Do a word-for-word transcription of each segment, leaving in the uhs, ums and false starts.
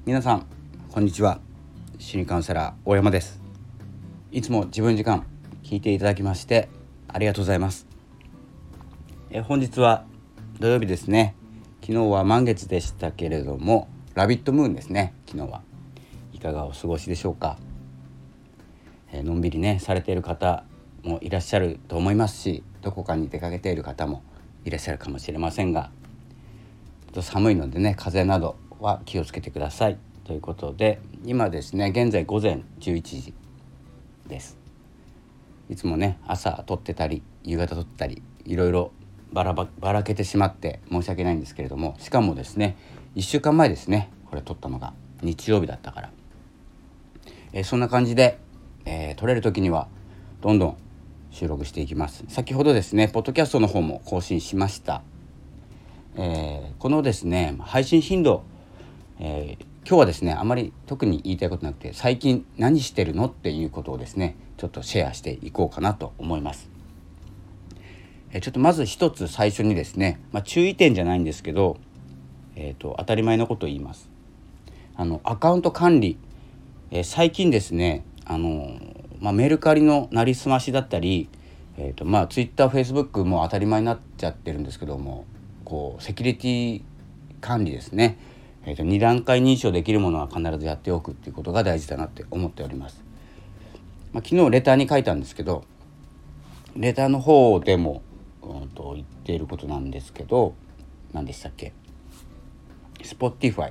皆さんこんにちは。心理カウンセラー大山です。いつも自分時間聞いていただきましてありがとうございます。え本日は土曜日ですね。昨日は満月でしたけれどもラビットムーンですね。昨日はいかがお過ごしでしょうか。えのんびりねされている方もいらっしゃると思いますし、どこかに出かけている方もいらっしゃるかもしれませんが、ちょっと寒いのでね風邪などは気をつけてくださいということで、今ですね現在午前じゅういちじです。いつもね朝撮ってたり夕方撮ったりいろいろばらばばらけてしまって申し訳ないんですけれども、しかもですねいっしゅうかんまえですね、これ撮ったのが日曜日だったから、えー、そんな感じで、えー、撮れる時にはどんどん収録していきます。先ほどですねポッドキャストの方も更新しました。えー、このですね配信頻度、えー、今日はですねあまり特に言いたいことなくて、最近何してるのっていうことをですねちょっとシェアしていこうかなと思います。えー、ちょっとまず一つ最初にですね、まあ、注意点じゃないんですけど、えーと、当たり前のことを言います。あのアカウント管理、えー、最近ですねあの、まあ、メルカリのなりすましだったり、えーとまあ、Twitter、Facebook も当たり前になっちゃってるんですけども、こうセキュリティ管理ですね、えーとに段階認証できるものは必ずやっておくっていうことが大事だなって思っております。まあ、昨日レターに書いたんですけど、レターの方でも、うん、と言っていることなんですけど、何でしたっけ、Spotify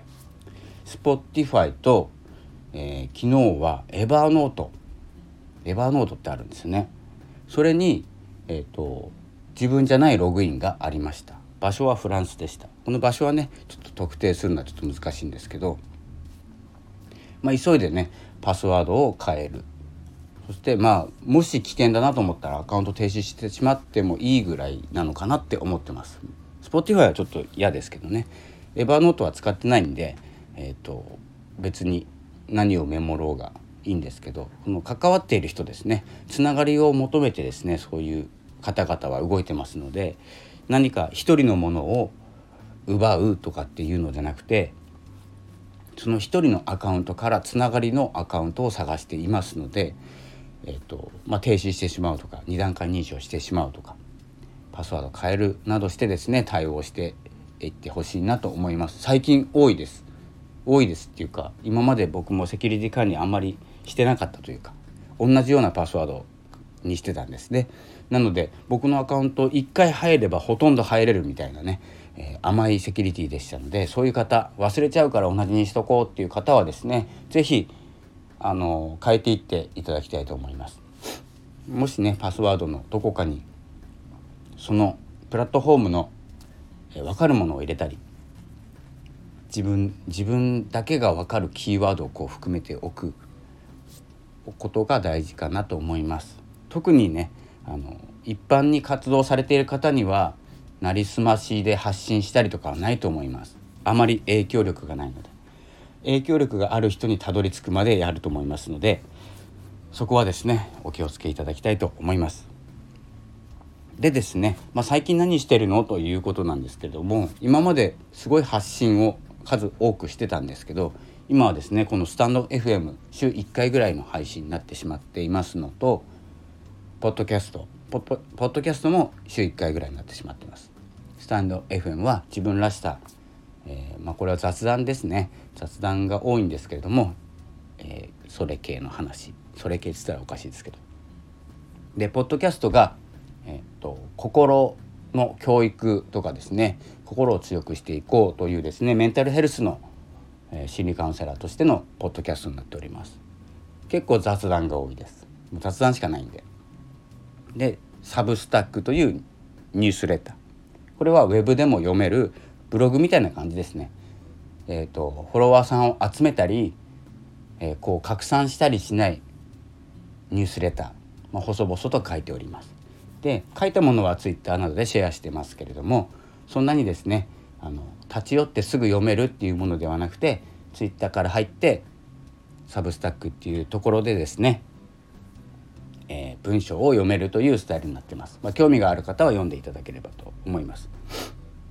Spotify と、えー、昨日はエバーノートエバーノートってあるんですよね。それに、えーと、自分じゃないログインがありました。場所はフランスでした。この場所はねちょっと特定するのはちょっと難しいんですけど、まあ、急いでねパスワードを変える。そしてまあもし危険だなと思ったらアカウント停止してしまってもいいぐらいなのかなって思ってます。 Spotify はちょっと嫌ですけどね。エバーノートは使ってないんで、えーと、別に何をメモろうがいいんですけど、この関わっている人ですね、つながりを求めてですねそういう方々は動いてますので、何か一人のものを奪うとかっていうのじゃなくて、その一人のアカウントからつながりのアカウントを探していますので、えーとまあ、停止してしまうとかに段階認証してしまうとかパスワード変えるなどしてですね対応していってほしいなと思います。最近多いです多いですっていうか、今まで僕もセキュリティ管理あんまりしてなかったというか、同じようなパスワードにしてたんですね。なので僕のアカウントいっかい入ればほとんど入れるみたいなね、えー、甘いセキュリティでしたので、そういう方、忘れちゃうから同じにしとこうっていう方はですね、ぜひあの変えていっていただきたいと思います。もしねパスワードのどこかにそのプラットフォームの、えー、分かるものを入れたり、自分自分だけが分かるキーワードをこう含めておくことが大事かなと思います。特にねあの一般に活動されている方にはなりすましで発信したりとかはないと思います。あまり影響力がないので、影響力がある人にたどり着くまでやると思いますので、そこはですねお気をつけいただきたいと思います。でですね、まあ、最近何してるのということなんですけれども、今まですごい発信を数多くしてたんですけど、今はですねこのスタンド エフエム 週いっかいぐらいの配信になってしまっていますのと、ポッドキャストポッポポッドキャストも週いっかいぐらいになってしまっています。スタンド エフエム は自分らしさ、えーまあ、これは雑談ですね。雑談が多いんですけれども、えー、それ系の話、それ系って言ったらおかしいですけど、でポッドキャストが、えー、と心の教育とかですね、心を強くしていこうというですねメンタルヘルスの、えー、心理カウンセラーとしてのポッドキャストになっております。結構雑談が多いです。もう雑談しかないんで。でサブスタックというニュースレター、これはウェブでも読めるブログみたいな感じですね。えーと、フォロワーさんを集めたり、えー、こう拡散したりしないニュースレター、まあ、細々と書いております。で書いたものはツイッターなどでシェアしてますけれども、そんなにですねあの立ち寄ってすぐ読めるっていうものではなくて、ツイッターから入ってサブスタックっていうところでですね、えー、文章を読めるというスタイルになっています。まあ、興味がある方は読んでいただければと思います。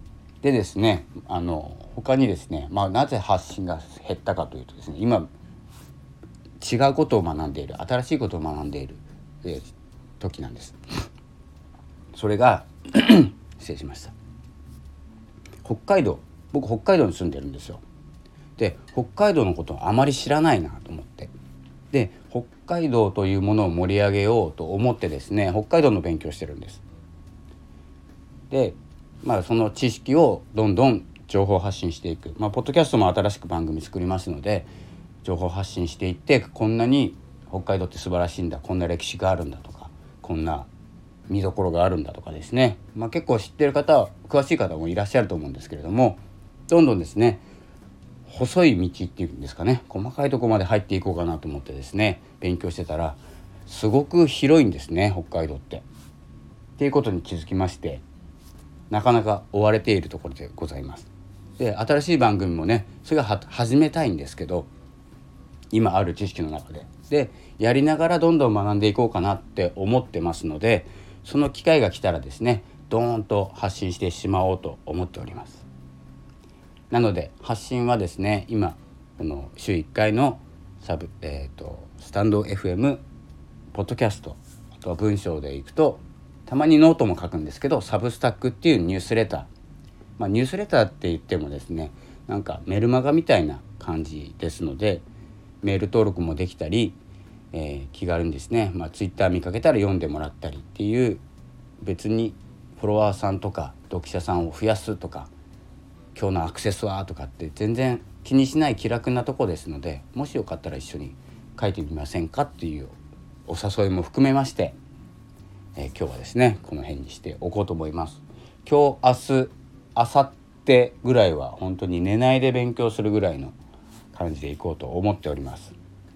でですね、あの他にですね、まあ、なぜ発信が減ったかというとですね、今違うことを学んでいる、新しいことを学んでいる、えー、時なんです。それが失礼しました。北海道、僕北海道に住んでるんですよ。で北海道のことをあまり知らないなと思って、で北海道というものを盛り上げようと思ってですね、北海道の勉強してるんです。でまあその知識をどんどん情報発信していく、まあ、ポッドキャストも新しく番組作りますので、情報発信していって、こんなに北海道って素晴らしいんだ、こんな歴史があるんだとか、こんな見どころがあるんだとかですね、まあ、結構知ってる方、詳しい方もいらっしゃると思うんですけれども、どんどんですね細い道っていうんですかね、細かいところまで入っていこうかなと思ってですね勉強してたら、すごく広いんですね北海道ってっていうことに気づきまして、なかなか追われているところでございます。で新しい番組もね、それがは始めたいんですけど、今ある知識の中ででやりながらどんどん学んでいこうかなって思ってますので、その機会が来たらですね、ドーンと発信してしまおうと思っております。なので発信はですね、今この週いっかいのサブ、えーと、スタンド エフエム、ポッドキャスト、あとは文章でいくと、たまにノートも書くんですけど、サブスタックっていうニュースレター、まあ、ニュースレターって言ってもですね、なんかメルマガみたいな感じですので、メール登録もできたり、えー、気軽にですね、まあ、ツイッター見かけたら読んでもらったりっていう、別にフォロワーさんとか読者さんを増やすとか、今日のアクセスはとかって全然気にしない気楽なとこですので、もしよかったら一緒に書いてみませんかっていうお誘いも含めまして、えー、今日はですねこの辺にしておこうと思います。今日、明日、明後日ぐらいは本当に寝ないで勉強するぐらいの感じでいこうと思っております。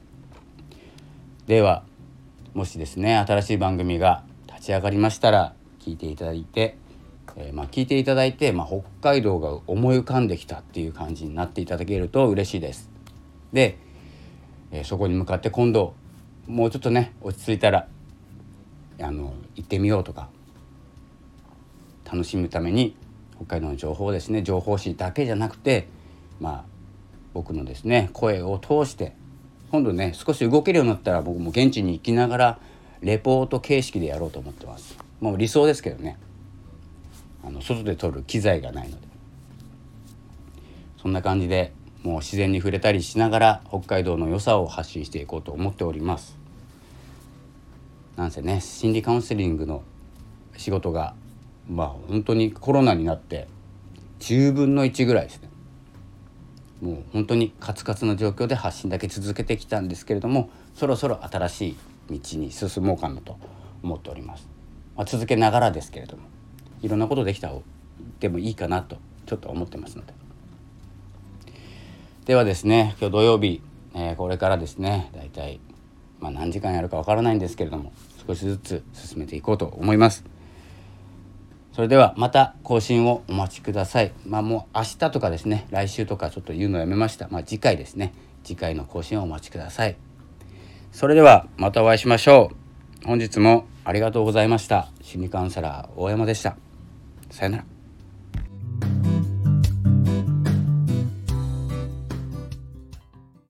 ではもしですね新しい番組が立ち上がりましたら、聞いていただいて、えー、まあ聞いていただいて、まあ、北海道が思い浮かんできたっていう感じになっていただけると嬉しいです。で、えー、そこに向かって今度もうちょっとね落ち着いたらあの行ってみようとか、楽しむために北海道の情報をですね、情報誌だけじゃなくて、まあ僕のですね声を通して、今度ね少し動けるようになったら、僕も現地に行きながらレポート形式でやろうと思ってます。もう理想ですけどね、あの外で撮る機材がないので、そんな感じでもう自然に触れたりしながら北海道の良さを発信していこうと思っております。なんせね、心理カウンセリングの仕事がまあ本当にコロナになってじゅうぶんのいちぐらいですね。もう本当にカツカツの状況で発信だけ続けてきたんですけれども、そろそろ新しい道に進もうかなと思っております。まあ、続けながらですけれども、いろんなことできたでもいいかなとちょっと思ってますので。ではですね、今日土曜日、えー、これからですねだいたい、まあ、何時間やるかわからないんですけれども、少しずつ進めていこうと思います。それではまた更新をお待ちください。まあもう明日とかですね、来週とかちょっと言うのやめました。まあ次回ですね、次回の更新をお待ちください。それではまたお会いしましょう。本日もありがとうございました。心理カウンセラー大山でした。さよなら。